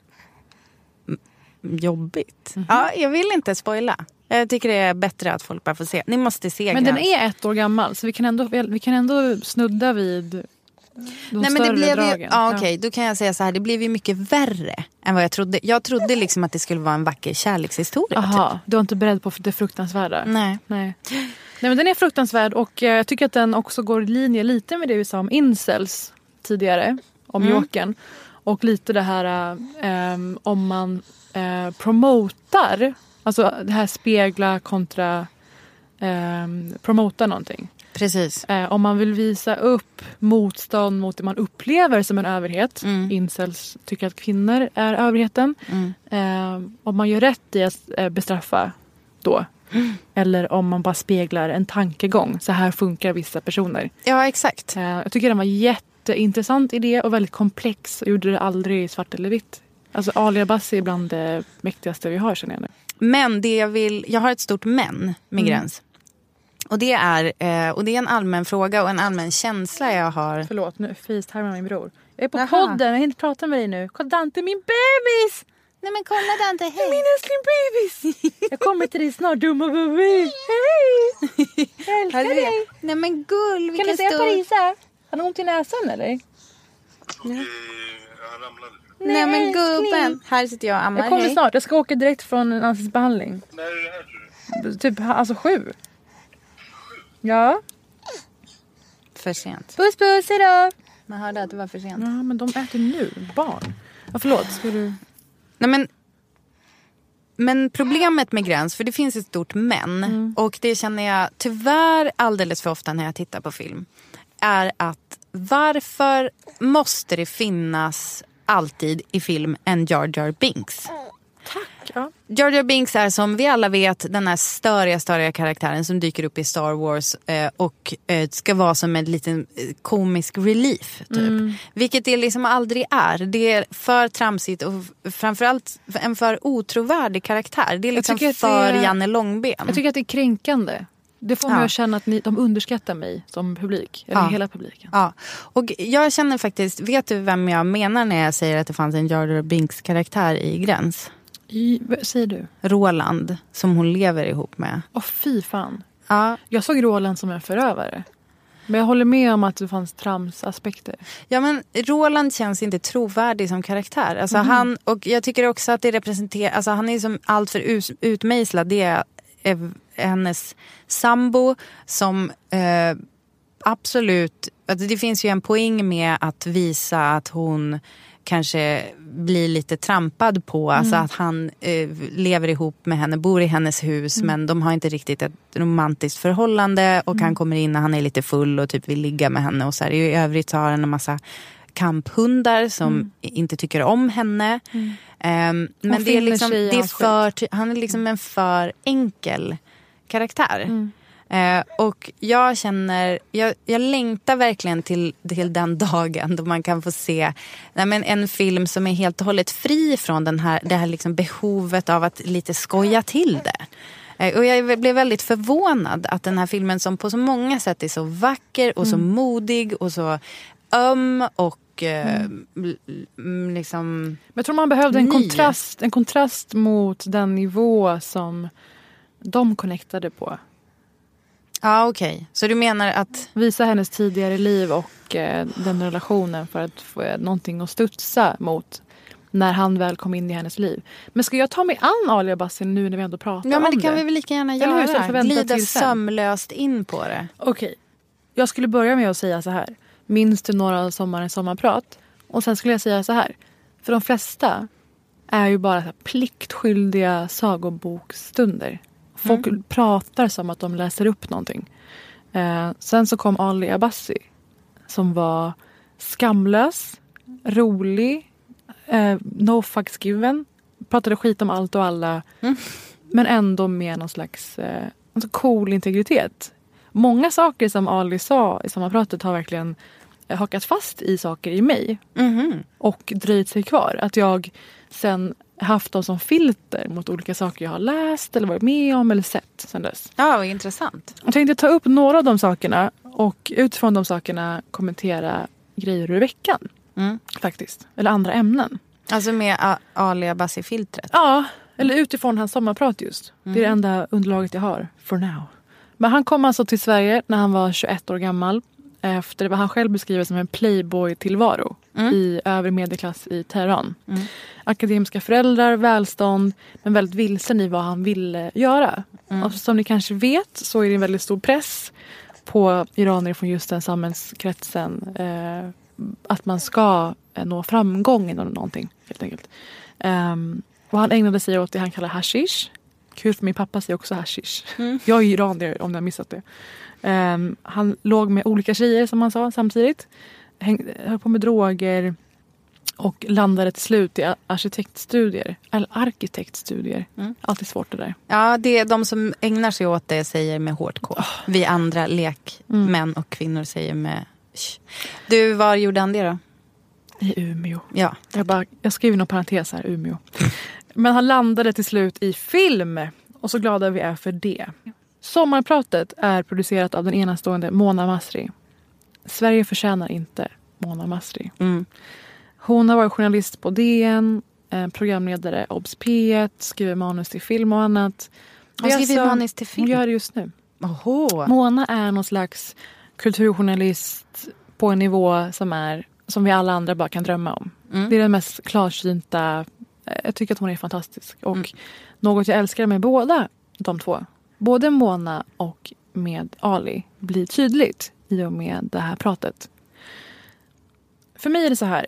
jobbigt. Mm-hmm. Ja, jag vill inte spoila. Jag tycker det är bättre att folk bara får se. Ni måste se. Men den är 1 år gammal, så vi kan ändå snudda vid de större dragen. Okej, då kan jag säga så här. Det blev ju mycket värre än vad jag trodde. Jag trodde liksom att det skulle vara en vacker kärlekshistoria. Jaha, typ. Du var inte beredd på det fruktansvärda? Nej. Nej, men den är fruktansvärd. Och jag tycker att den också går i linje lite med det vi sa om incels tidigare. Om Jokern. Och lite det här om man promotar. Alltså det här spegla kontra promota någonting. Precis. Om man vill visa upp motstånd mot det man upplever som en överhet. Incels tycker att kvinnor är överheten. Om man gör rätt i att bestraffa då. Eller om man bara speglar en tankegång. Så här funkar vissa personer. Ja, exakt. Jag tycker den var jätteintressant idé och väldigt komplex. Och gjorde det aldrig i svart eller vitt. Alltså Ali Abbasi är bland det mäktigaste vi har, känner jag nu. Men det jag har ett stort men med gräns. Och det är en allmän fråga och en allmän känsla jag har. Förlåt, nu facetimar min bror. Jag är på podden, jag hinner inte prata med dig nu. Kolla Dante, min bebis! Nej men kolla Dante, hej! Min älskling bebis! Jag kommer till dig snart, dumma bebis! Hej! Jag älskar dig! Nej men gull, kan du säga Parisa? Han har ont i näsan eller? Ja. Han ramlade. Nej men gubben, här sitter jag och ammar. Jag kommer snart, jag ska åka direkt från en ansiktsbehandling. När är det här tror du? Typ, alltså 7. Ja. För sent. Puss puss, hejdå! Man hörde att det var för sent. Ja, men de äter nu, barn. Ja, förlåt, ska du... Nej men problemet med gräns, för det finns ett stort men. Och det känner jag tyvärr alldeles för ofta när jag tittar på film. Är att varför måste det finnas alltid i film en Jar Jar Binks? Tack, ja. Jar Jar Binks är som vi alla vet den här störiga karaktären som dyker upp i Star Wars och ska vara som en liten komisk relief typ. Vilket det liksom aldrig är. Det är för tramsigt och framförallt en för otrovärdig karaktär. Det är liksom för Janne Långben. Jag tycker att det är kränkande. Det får mig att känna att de underskattar mig som publik. Eller hela publiken. Ja, och jag känner faktiskt, vet du vem jag menar när jag säger att det fanns en Jar Jar Binks karaktär i Gräns? Vad säger du? Roland, som hon lever ihop med. Fy fan. Ja. Jag såg Roland som en förövare. Men jag håller med om att det fanns tramsaspekter. Ja, men Roland känns inte trovärdig som karaktär. Alltså han, och jag tycker också att det representerar, alltså han är som allt för utmejslad. Det är hennes sambo som absolut, alltså det finns ju en poäng med att visa att hon kanske blir lite trampad på, alltså att han lever ihop med henne, bor i hennes hus, men de har inte riktigt ett romantiskt förhållande och han kommer in när han är lite full och typ vill ligga med henne och så här. I övrigt så har han en massa kamphundar som inte tycker om henne. Men det är liksom, det är han är liksom en för enkel karaktär. Och jag känner, jag längtar verkligen till den dagen då man kan få se en film som är helt och hållet fri från det här liksom behovet av att lite skoja till det. Och jag blev väldigt förvånad att den här filmen, som på så många sätt är så vacker och så modig och så och liksom. Men jag tror man behövde en kontrast mot den nivå som de connectade på. Ja, okej. Så du menar att visa hennes tidigare liv och den relationen för att få någonting att studsa mot när han väl kom in i hennes liv. Men ska jag ta mig an Ali Abbasi nu när vi ändå pratar om det? Ja, men det kan vi väl lika gärna göra. Glida sömlöst in på det. Okej. Jag skulle börja med att säga så här. Minns du några av sommarens sommarprat? Och sen skulle jag säga så här. För de flesta är ju bara så här pliktskyldiga sagobokstunder. Folk pratar som att de läser upp någonting. Sen så kom Ali Abbasi som var skamlös, rolig, no fucks given. Pratade skit om allt och alla. Men ändå med någon slags cool integritet. Många saker som Ali sa i sommarpratet har verkligen hakat fast i saker i mig. Och dröjt sig kvar. Att jag sen haft dem som filter mot olika saker jag har läst eller varit med om eller sett sen dess. Ja, vad intressant. Jag tänkte ta upp några av de sakerna och utifrån de sakerna kommentera grejer ur veckan. Faktiskt. Eller andra ämnen. Alltså med Ali Abbasi-filtret? Ja, eller utifrån hans sommarprat just. Det är det enda underlaget jag har, for now. Men han kom alltså till Sverige när han var 21 år gammal. Efter vad han själv beskriver som en playboy-tillvaro i övre medelklass i Teheran. Akademiska föräldrar, välstånd, men väldigt vilsen i vad han ville göra. Och som ni kanske vet så är det en väldigt stor press på iranier från just den samhällskretsen att man ska nå framgång inom någonting, helt enkelt. Och han ägnade sig åt det han kallar hashish. Kul för min pappa säger också hashish. Jag är iranier om ni har missat det. Han låg med olika tjejer som han sa samtidigt. Höll på med droger och landade till slut i arkitektstudier. Eller arkitektstudier. Alltid svårt det där. Ja, det är de som ägnar sig åt det säger med hårt K. Vi andra lekmän och kvinnor säger med Du, var gjorde han det då? I Umeå. Ja. Jag skriver någon parentes här, Umeå. Men han landade till slut i film. Och så glada vi är för det. Sommarpratet är producerat av den enastående Mona Masri. Sverige förtjänar inte Mona Masri. Hon har varit journalist på DN, programledare Obs P1, skriver manus till film och annat. Hon skriver manus till film? Hon gör det just nu. Oho. Mona är någon slags kulturjournalist på en nivå som vi alla andra bara kan drömma om. Det är den mest klarsynta. Jag tycker att hon är fantastisk. Och något jag älskar med båda de två. Både Mona och med Ali blir tydligt i och med det här pratet. För mig är det så här.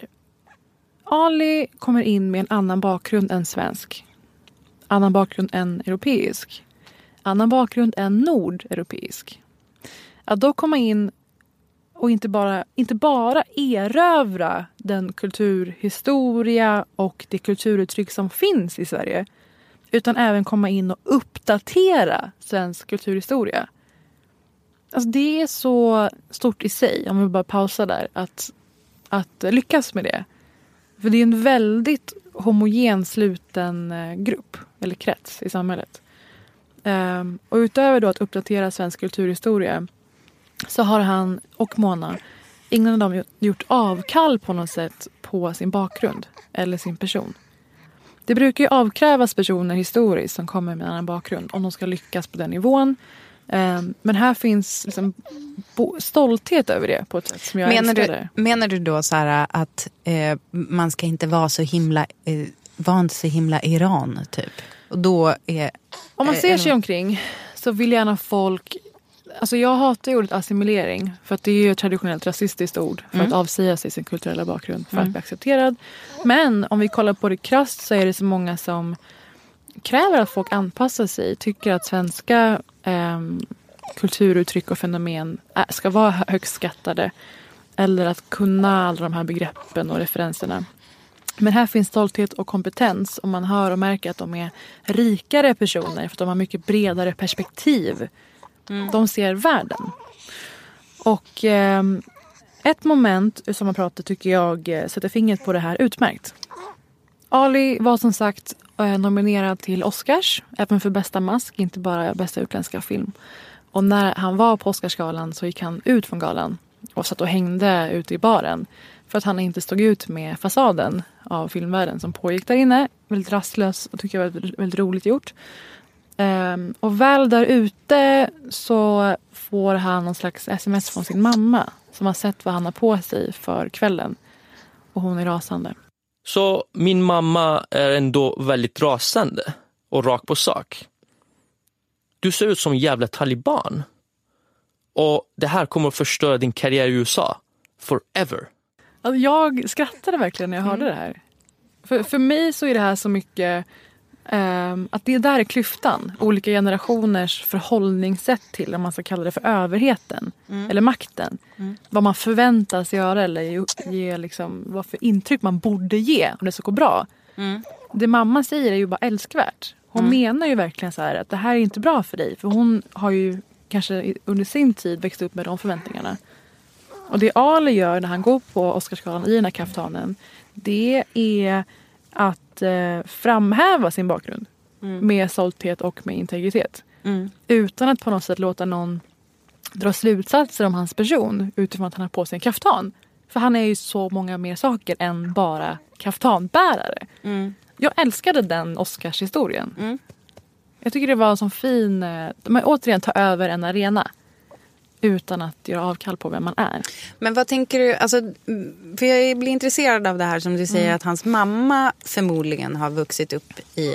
Ali kommer in med en annan bakgrund än svensk. Annan bakgrund än europeisk. Annan bakgrund än nordeuropeisk. Att då komma in och inte bara erövra den kulturhistoria och det kulturuttryck som finns i Sverige. Utan även komma in och uppdatera svensk kulturhistoria. Alltså det är så stort i sig, om vi bara pausar där, att lyckas med det. För det är en väldigt homogen sluten grupp eller krets i samhället. Och utöver då att uppdatera svensk kulturhistoria så har han och Mona, ingen av dem gjort avkall på något sätt på sin bakgrund eller sin person. Det brukar ju avkrävas personer historiskt som kommer med en annan bakgrund om de ska lyckas på den nivån. Men här finns liksom stolthet över det på ett sätt som jag älskar det. Menar du då så här att man ska inte vara så himla Iran typ? Och då är, om man ser sig omkring så vill gärna folk. Alltså jag hatar ordet assimilering för att det är ju ett traditionellt rasistiskt ord för att avsäga sig sin kulturella bakgrund för att bli accepterad. Men om vi kollar på det krasst så är det så många som kräver att folk anpassar sig, tycker att svenska kulturuttryck och fenomen ska vara högst skattade eller att kunna alla de här begreppen och referenserna. Men här finns stolthet och kompetens och man hör och märker att de är rikare personer för att de har mycket bredare perspektiv. De ser världen. Och ett moment som man pratar tycker jag sätter fingret på det här utmärkt. Ali var som sagt nominerad till Oscars, även för bästa mask, inte bara bästa utländska film. Och när han var på Oscarsgalan så gick han ut från galan och satt och hängde ute i baren. För att han inte stod ut med fasaden av filmvärlden som pågick där inne. Väldigt rastlös och tycker jag var väldigt roligt gjort. Och väl där ute så får han någon slags sms från sin mamma som har sett vad han har på sig för kvällen. Och hon är rasande. Så min mamma är ändå väldigt rasande och rak på sak. Du ser ut som en jävla taliban. Och det här kommer att förstöra din karriär i USA. Forever. Alltså jag skrattade verkligen när jag hörde det här. För mig så är det här så mycket att det där är klyftan. Olika generationers förhållningssätt till, om man ska kalla det för överheten. Eller makten. Vad man förväntas göra eller ge liksom, vad för intryck man borde ge om det ska gå bra. Det mamma säger är ju bara älskvärt. Hon menar ju verkligen så här att det här är inte bra för dig. För hon har ju kanske under sin tid växt upp med de förväntningarna. Och det Ali gör när han går på Oscarsgalan i den här kaftanen, det är att framhäva sin bakgrund med stolthet och med integritet. Utan att på något sätt låta någon dra slutsatser om hans person utifrån att han har på sig en kaftan. För han är ju så många mer saker än bara kaftanbärare. Jag älskade den Oscarshistorien. Jag tycker det var en sån fin... De återigen tar över en arena utan att göra avkall på vem man är. Men vad tänker du... Alltså, för jag blir intresserad av det här som du säger att hans mamma förmodligen har vuxit upp i...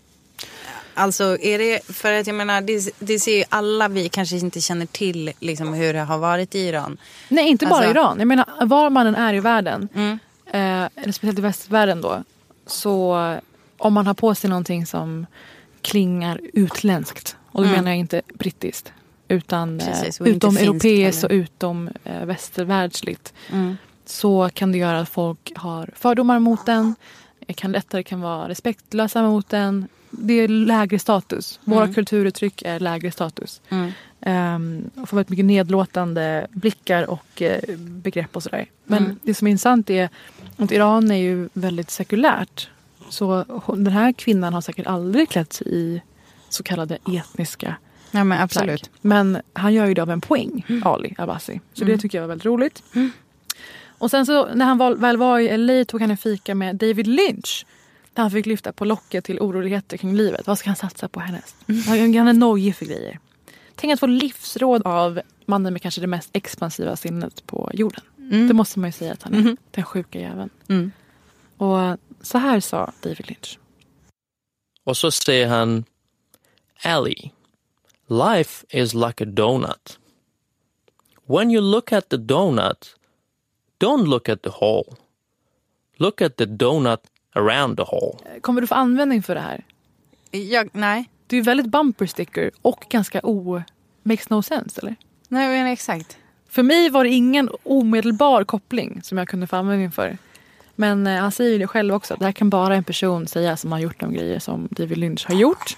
Alltså är det... För att jag menar, det ser ju alla vi kanske inte känner till liksom, hur det har varit i Iran. Nej, inte bara Iran. Jag menar, var man än är i världen, eller speciellt i västvärlden då, så om man har på sig någonting som klingar utländskt, och då menar jag inte brittiskt, utan utom europeiskt och utom västervärldsligt, så kan det göra att folk har fördomar mot den, kan vara respektlösa mot den. Det är lägre status. Våra kulturuttryck är lägre status. Och får väldigt mycket nedlåtande blickar och begrepp och sådär. Men det som är intressant är att Iran är ju väldigt sekulärt. Så den här kvinnan har säkert aldrig klätt sig i så kallade etniska men absolut. plagg. Men han gör ju det av en poäng, Ali Abbasi. Så det tycker jag var väldigt roligt. Och sen så när han väl var i LA tog han en fika med David Lynch. Där han fick lyfta på locket till oroligheter kring livet. Vad ska han satsa på härnäst? Han är nojig för grejer. Tänk att få livsråd av mannen med kanske det mest expansiva sinnet på jorden. Det måste man ju säga att han är. Den sjuka jäveln. Och så här sa David Lynch. Och så säger han: Ali, life is like a donut. When you look at the donut, don't look at the hole. Look at the donut around the hole. Kommer du få användning för det här? Nej. Du är väldigt bumper sticker och ganska makes no sense, eller? Nej, men exakt. För mig var det ingen omedelbar koppling som jag kunde få användning för. Men han säger det själv också. Det här kan bara en person säga som har gjort de grejer som David Lynch har gjort.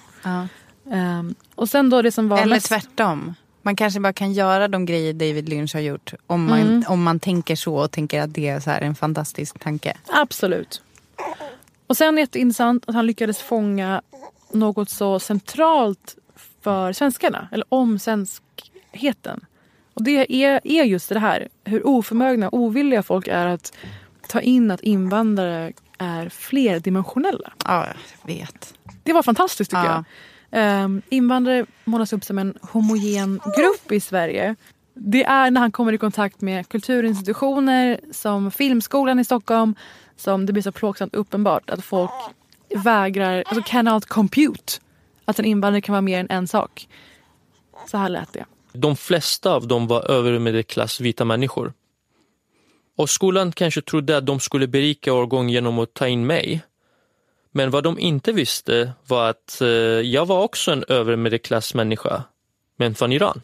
Och sen då det som var eller tvärtom. Man kanske bara kan göra de grejer David Lynch har gjort om man tänker så och tänker att det är så här en fantastisk tanke. Absolut. Och sen är det jätteintressant att han lyckades fånga något så centralt för svenskarna, eller om svenskheten. Och det är just det här, hur oförmögna och ovilliga folk är att ta in att invandrare är flerdimensionella. Ja, jag vet. Det var fantastiskt tycker jag. Invandrare målas upp som en homogen grupp i Sverige. Det är när han kommer i kontakt med kulturinstitutioner som Filmskolan i Stockholm som det blir så plågsamt uppenbart att folk vägrar, alltså cannot compute att en invandrare kan vara mer än en sak. Så här lät det. De flesta av dem var övermedelklass vita människor. Och skolan kanske trodde att de skulle berika årgång genom att ta in mig. Men vad de inte visste var att jag var också en övermedelklassmänniska, men från Iran.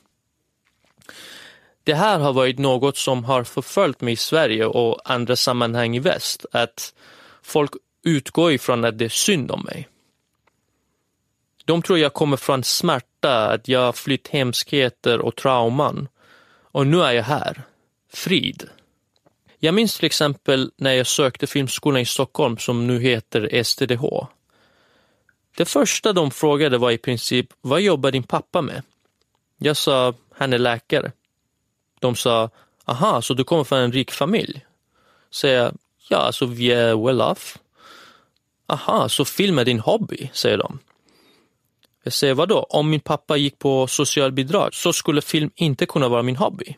Det här har varit något som har förföljt mig i Sverige och andra sammanhang i väst. Att folk utgår ifrån att det är synd om mig. De tror jag kommer från smärta, att jag har flytt hemskheter och trauman. Och nu är jag här. Frid. Jag minns till exempel när jag sökte Filmskolan i Stockholm som nu heter STDH. Det första de frågade var i princip: vad jobbar din pappa med? Jag sa: han är läkare. De sa: aha, så du kommer från en rik familj? Säger jag: ja, så vi är well off. Aha, så film är din hobby, säger de. Jag säger: vadå? Om min pappa gick på socialbidrag så skulle film inte kunna vara min hobby.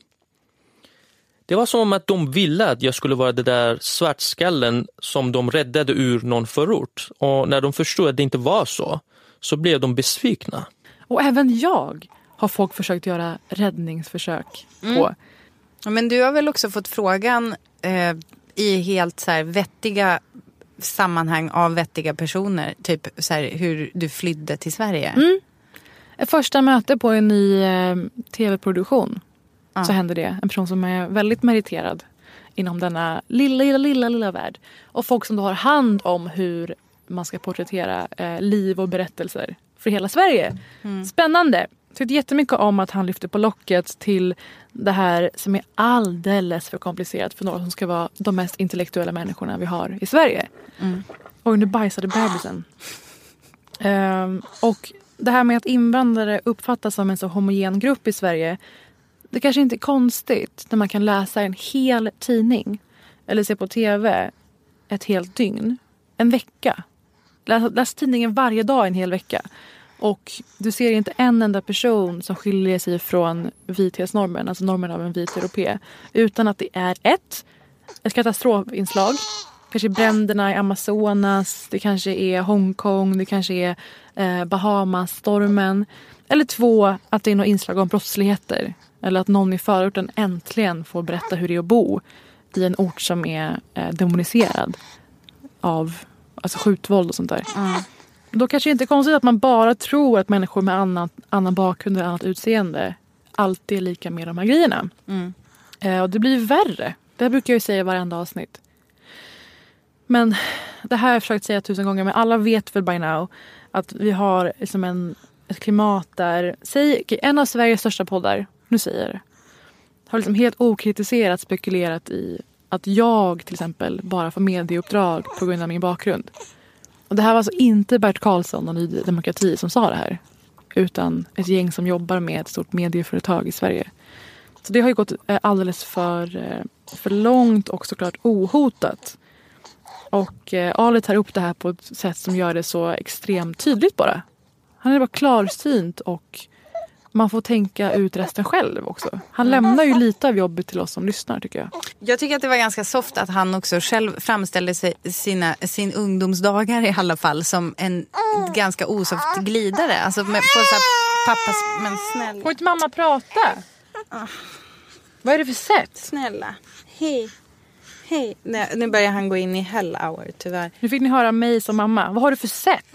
Det var som att de ville att jag skulle vara det där svartskallen som de räddade ur någon förort. Och när de förstod att det inte var så blev de besvikna. Och även jag har folk försökt göra räddningsförsök på. Men du har väl också fått frågan i helt så här vettiga sammanhang av vettiga personer. Typ så här, hur du flydde till Sverige. Ett första möte på en ny tv-produktion. Så hände det. En person som är väldigt meriterad inom denna lilla värld. Och folk som då har hand om hur man ska porträttera liv och berättelser för hela Sverige. Spännande. Jag tyckte jättemycket om att han lyfte på locket till det här som är alldeles för komplicerat för några som ska vara de mest intellektuella människorna vi har i Sverige. Och nu bajsade bebisen. Och det här med att invandrare uppfattas som en så homogen grupp i Sverige, det kanske inte är konstigt när man kan läsa en hel tidning eller se på tv ett helt dygn. En vecka. Läs tidningen varje dag en hel vecka. Och du ser inte en enda person som skiljer sig från vithetsnormen, alltså normen av en vit europé, utan att det är ett katastrofinslag. Kanske bränderna i Amazonas, det kanske är Hongkong, det kanske är Bahamas-stormen. Eller 2, att det är något inslag om brottsligheter. Eller att någon i förorten äntligen får berätta hur det är att bo i en ort som är demoniserad av skjutvåld och sånt där. Då kanske det inte är konstigt att man bara tror att människor med annan bakgrund och annat utseende alltid är lika med de här grejerna. Och det blir värre. Det brukar jag ju säga i varenda avsnitt. Men det här har jag försökt säga 1000 gånger, men alla vet väl by now att vi har liksom ett klimat där, en av Sveriges största poddar, nu säger jag det, har liksom helt okritiserat spekulerat i att jag till exempel bara får medieuppdrag på grund av min bakgrund. Och det här var alltså inte Bert Karlsson och Ny Demokrati som sa det här, utan ett gäng som jobbar med ett stort medieföretag i Sverige. Så det har ju gått alldeles för långt och såklart ohotat. Och Ali tar upp det här på ett sätt som gör det så extremt tydligt bara. Han är bara klarsynt och man får tänka ut resten själv också. Han lämnar ju lite av jobbet till oss som lyssnar, tycker jag. Jag tycker att det var ganska soft att han också själv framställde sin ungdomsdagar i alla fall som en ganska osoft glidare. Alltså på så här, pappas, men snälla. Får inte mamma prata? Vad är det för sätt? Snälla, hej. Hej, nu börjar han gå in i hell hour, tyvärr. Nu fick ni höra mig som mamma. Vad har du för sätt?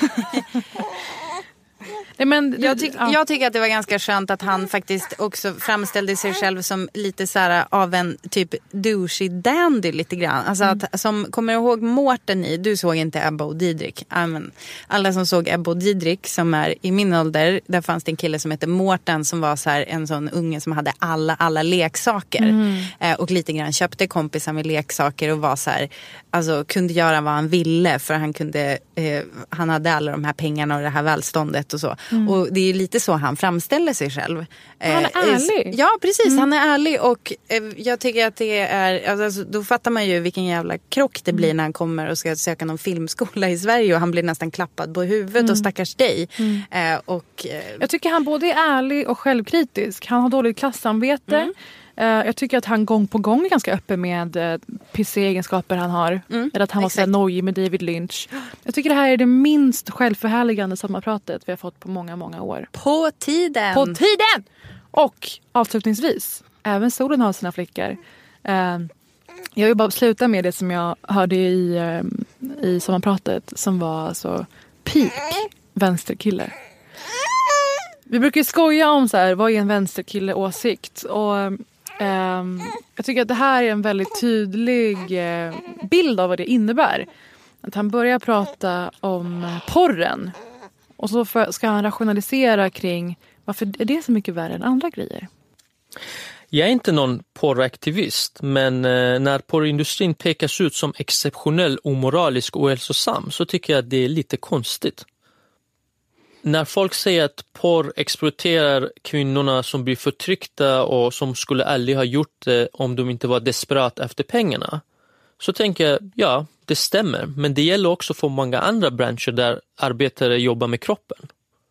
Nej, men, jag tycker att det var ganska skönt att han faktiskt också framställde sig själv som lite så här av en typ douchey dandy lite grann. Alltså att, som kommer ihåg Mårten du såg inte Ebba och Didrik. Alla som såg Ebba och Didrik som är i min ålder, där fanns det en kille som hette Mårten som var så här en sån unge som hade alla leksaker. Och lite grann köpte kompisar med leksaker och var så här, alltså kunde göra vad han ville för han hade alla de här pengarna och det här välståndet och så. Och det är lite så han framställer sig själv. Han är ärlig. Ja, precis. Han är ärlig och jag tycker att det är, alltså, då fattar man ju vilken jävla krock det blir när han kommer och ska söka någon filmskola i Sverige och han blir nästan klappad på huvudet och stackars dig. Jag tycker han både är ärlig och självkritisk. Han har dåligt klassamvete. Jag tycker att han gång på gång är ganska öppen med pissiga egenskaper han har. Eller att han var så nojig med David Lynch. Jag tycker det här är det minst självförhärligande sommarpratet vi har fått på många, många år. På tiden! På tiden! Och avslutningsvis, även solen har sina flickor. Jag vill bara sluta med det som jag hörde i sommarpratet som var alltså peak vänsterkille. Vi brukar skoja om så här, vad är en vänsterkille åsikt? Och jag tycker att det här är en väldigt tydlig bild av vad det innebär. Att han börjar prata om porren. Och så ska han rationalisera kring varför är det så mycket värre än andra grejer. Jag är inte någon porraktivist, men när porrindustrin pekas ut som exceptionell, omoralisk och ohälsosam så tycker jag att det är lite konstigt. När folk säger att porr exploaterar kvinnorna som blir förtryckta och som skulle aldrig ha gjort det om de inte var desperat efter pengarna, så tänker jag, ja, det stämmer. Men det gäller också för många andra branscher där arbetare jobbar med kroppen.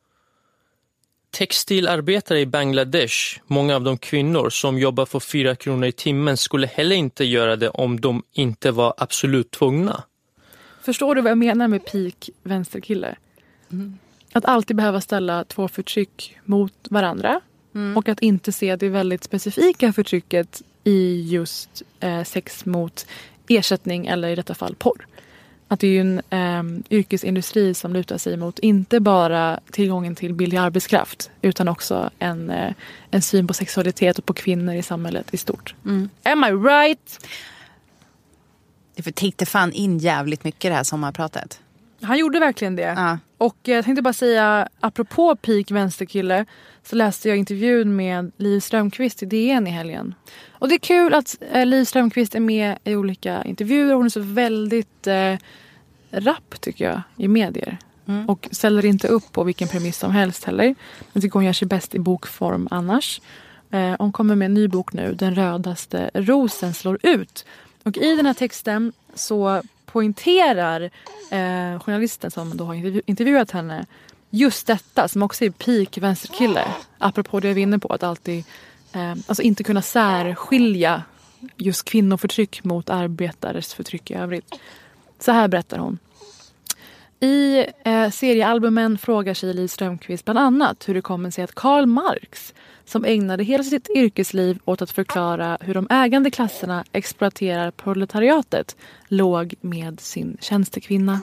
Textilarbetare i Bangladesh, många av de kvinnor som jobbar för 4 kronor i timmen, skulle heller inte göra det om de inte var absolut tvungna. Förstår du vad jag menar med peak vänsterkille? Att alltid behöva ställa 2 förtryck mot varandra. Och att inte se det väldigt specifika förtrycket i just sex mot ersättning eller i detta fall porr. Att det är ju en yrkesindustri som lutar sig mot inte bara tillgången till billig arbetskraft utan också en syn på sexualitet och på kvinnor i samhället i stort. Am I right? Det tänkte fan in jävligt mycket det här sommarpratet. Han gjorde verkligen det. Och jag tänkte bara säga, apropå peak vänsterkille, så läste jag intervjun med Liv Strömquist i DN i helgen. Och det är kul att Liv Strömquist är med i olika intervjuer. Hon är så väldigt rapp tycker jag i medier. Och ställer inte upp på vilken premiss som helst heller. Jag tycker hon gör sig bäst i bokform annars. Hon kommer med en ny bok nu, Den rödaste rosen slår ut. Och i den här texten så poängterar journalisten som då har intervjuat henne just detta som också är peak vänsterkille. Apropå det jag var inne på, att alltid alltså inte kunna särskilja just kvinnoförtryck mot arbetares förtryck i övrigt. Så här berättar hon. I seriealbumen frågar sig Liv Strömquist bland annat hur det kommer sig att Karl Marx, som ägnade hela sitt yrkesliv åt att förklara hur de ägande klasserna exploaterar proletariatet, låg med sin tjänstekvinna.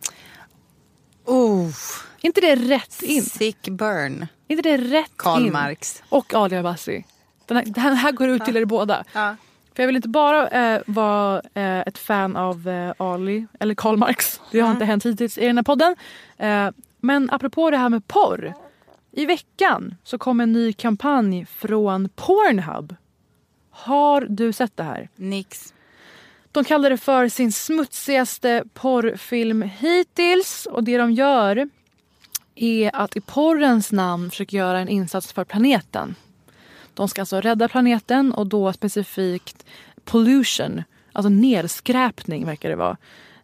Inte det rätt in? Sick burn. Inte det rätt Karl in? Marx. Och Ali Abbasi. Den här går ut till er båda. Ja. För jag vill inte bara vara ett fan av Ali eller Karl Marx. Det har inte hänt hittills i den här podden. Men apropå det här med porr. I veckan så kom en ny kampanj från Pornhub. Har du sett det här? Nix. De kallar det för sin smutsigaste porrfilm hittills. Och det de gör är att i porrens namn försöker göra en insats för planeten. De ska alltså rädda planeten och då specifikt pollution, alltså nedskräpning verkar det vara,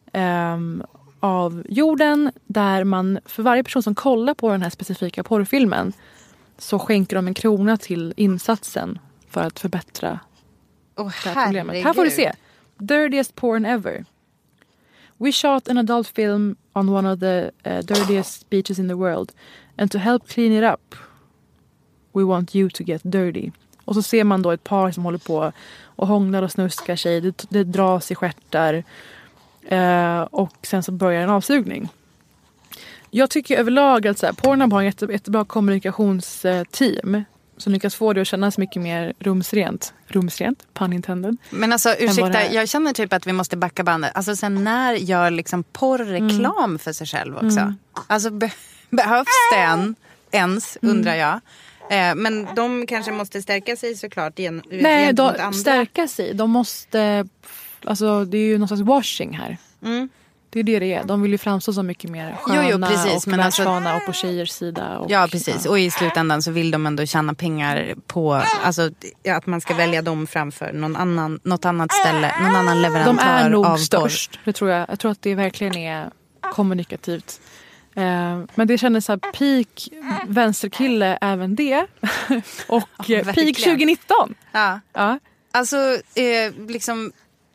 av jorden, där man för varje person som kollar på den här specifika porrfilmen så skänker de 1 krona till insatsen för att förbättra det här problemet. Här får du se. Dirtiest porn ever. We shot an adult film on one of the dirtiest beaches in the world. And to help clean it up, we want you to get dirty. Och så ser man då ett par som håller på och hånglar och snuskar sig. Det dras i stjärtar. Och sen så börjar en avsugning. Jag tycker överlag att Pornhub har ett jättebra kommunikationsteam som lyckas få det att kännas mycket mer rumsrent, pun intended. Men alltså ursäkta, jag känner typ att vi måste backa bandet. Alltså sen när gör liksom porrreklam för sig själv också? Alltså behövs det ens, undrar jag. Men de kanske måste stärka sig såklart igen. Nej, stärka sig. De måste, alltså det är ju någon slags washing här. Det är det är. De vill ju framstå som mycket mer sköna precis, och världsvana och på tjejers sida. Och, ja, precis. Och i slutändan så vill de ändå tjäna pengar på, alltså att man ska välja dem framför något annat ställe, någon annan leverantör av porr. De är nog störst, det tror jag. Jag tror att det verkligen är kommunikativt. Men det kändes så här peak vänsterkille även det. Och peak 2019. Ja. Alltså liksom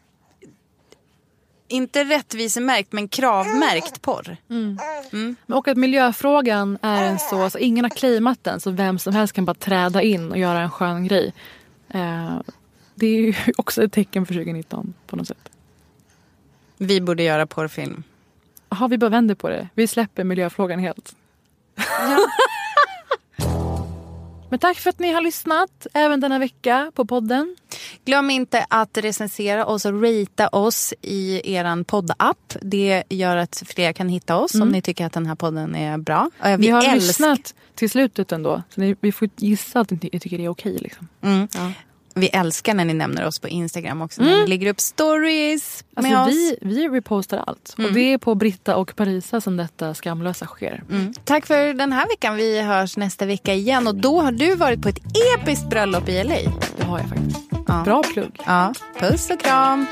inte rättvisemärkt men kravmärkt porr. Och att miljöfrågan är en så, alltså ingen har claimat den, så vem som helst kan bara träda in och göra en skön grej. Det är ju också ett tecken för 2019 på något sätt. Vi borde göra porrfilm. Jaha, vi bara vänder på det. Vi släpper miljöfrågan helt. Ja. Men tack för att ni har lyssnat även denna vecka på podden. Glöm inte att recensera oss och ratea oss i eran poddapp. Det gör att fler kan hitta oss om ni tycker att den här podden är bra. Vi har lyssnat till slutet ändå. Så vi får gissa att ni tycker det är okej. Liksom. Ja. Vi älskar när ni nämner oss på Instagram också. När ni lägger upp stories med alltså, oss. Vi repostar allt. Och det är på Britta och Parisa som detta skamlösa sker. Tack för den här veckan. Vi hörs nästa vecka igen. Och då har du varit på ett episkt bröllop i LA. Det har jag faktiskt. Ja. Bra plugg. Ja. Puss och kram.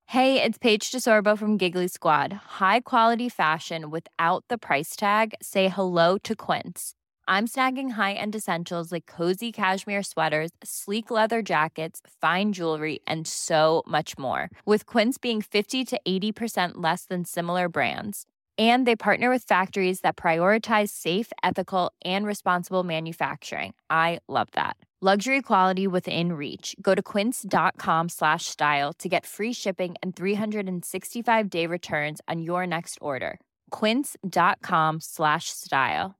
Hey, it's Paige DeSorbo from Giggly Squad. High quality fashion without the price tag. Say hello to Quince. I'm snagging high-end essentials like cozy cashmere sweaters, sleek leather jackets, fine jewelry, and so much more. With Quince being 50 to 80% less than similar brands. And they partner with factories that prioritize safe, ethical, and responsible manufacturing. I love that. Luxury quality within reach. Go to quince.com/style to get free shipping and 365-day returns on your next order. Quince.com/style.